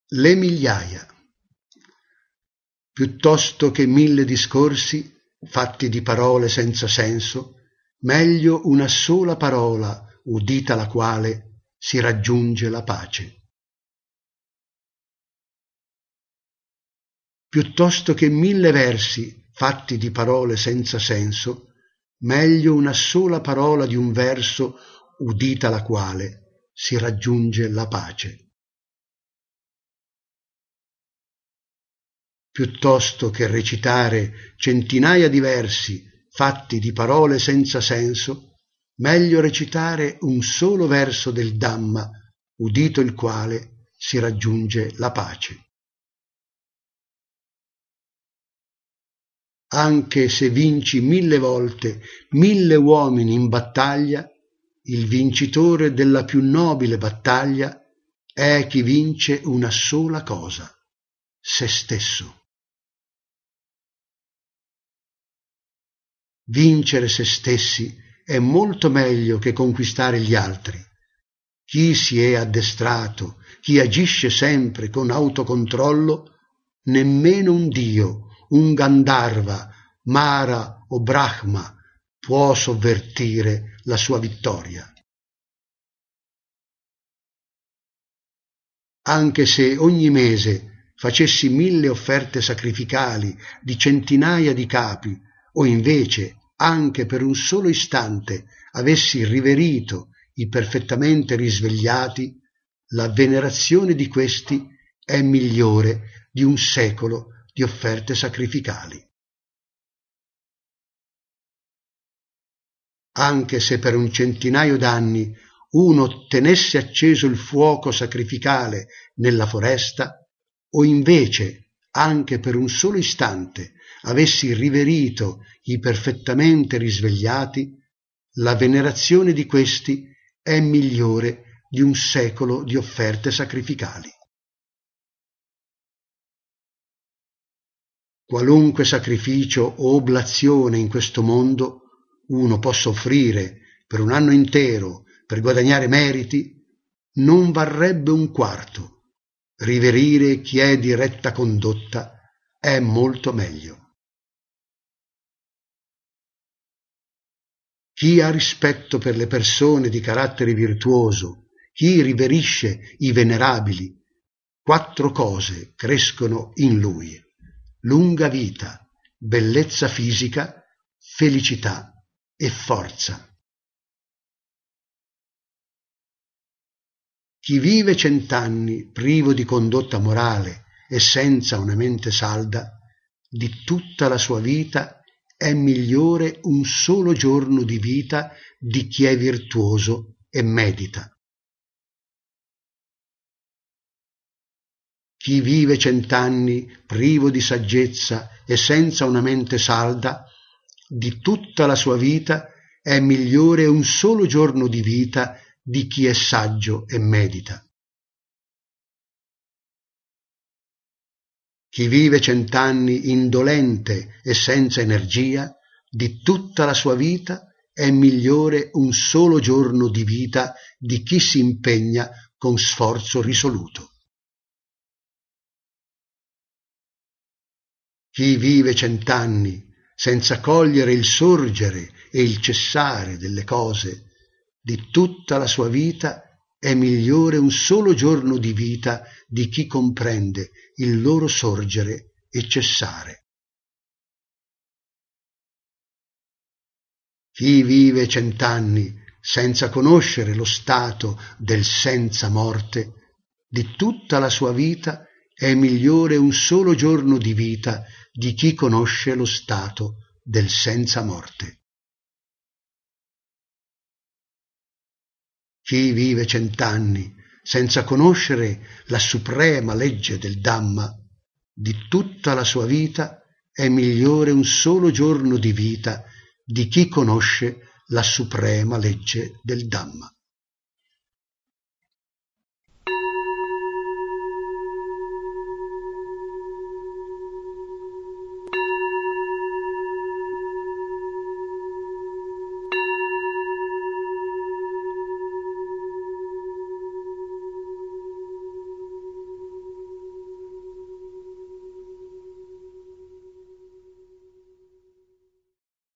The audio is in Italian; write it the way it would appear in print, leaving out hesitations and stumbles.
Le migliaia. Piuttosto che 1000 discorsi fatti di parole senza senso, meglio una sola parola, udita la quale si raggiunge la pace. Piuttosto che 1000 versi fatti di parole senza senso, meglio una sola parola di un verso, udita la quale si raggiunge la pace. Piuttosto che recitare centinaia di versi fatti di parole senza senso, meglio recitare un solo verso del Dhamma, udito il quale si raggiunge la pace. Anche se vinci 1000 volte 1000 uomini in battaglia, il vincitore della più nobile battaglia è chi vince una sola cosa, se stesso. Vincere se stessi è molto meglio che conquistare gli altri. Chi si è addestrato, chi agisce sempre con autocontrollo, nemmeno un dio, un Gandharva, Mara o Brahma può sovvertire la sua vittoria. Anche se ogni mese facessi 1000 offerte sacrificali di centinaia di capi, o invece anche per un solo istante avessi riverito i perfettamente risvegliati, la venerazione di questi è migliore di un secolo di offerte sacrificali. Anche se per un centinaio d'anni uno tenesse acceso il fuoco sacrificale nella foresta, o invece anche per un solo istante avessi riverito i perfettamente risvegliati, la venerazione di questi è migliore di un secolo di offerte sacrificali. Qualunque sacrificio o oblazione in questo mondo uno possa offrire per un anno intero per guadagnare meriti, non varrebbe un quarto. Riverire chi è di retta condotta è molto meglio. Chi ha rispetto per le persone di carattere virtuoso, chi riverisce i venerabili, 4 cose crescono in lui: lunga vita, bellezza fisica, felicità e forza. Chi vive 100 anni privo di condotta morale e senza una mente salda, di tutta la sua vita è migliore un solo giorno di vita di chi è virtuoso e medita. Chi vive 100 anni privo di saggezza e senza una mente salda, di tutta la sua vita è migliore un solo giorno di vita di chi è saggio e medita. Chi vive 100 anni indolente e senza energia, di tutta la sua vita è migliore un solo giorno di vita di chi si impegna con sforzo risoluto. Chi vive 100 anni senza cogliere il sorgere e il cessare delle cose, di tutta la sua vita è migliore un solo giorno di vita di chi comprende il loro sorgere e cessare. Chi vive 100 anni senza conoscere lo stato del senza morte, di tutta la sua vita è migliore un solo giorno di vita di chi conosce lo stato del senza morte. Chi vive 100 anni senza conoscere la suprema legge del Dhamma, di tutta la sua vita è migliore un solo giorno di vita di chi conosce la suprema legge del Dhamma.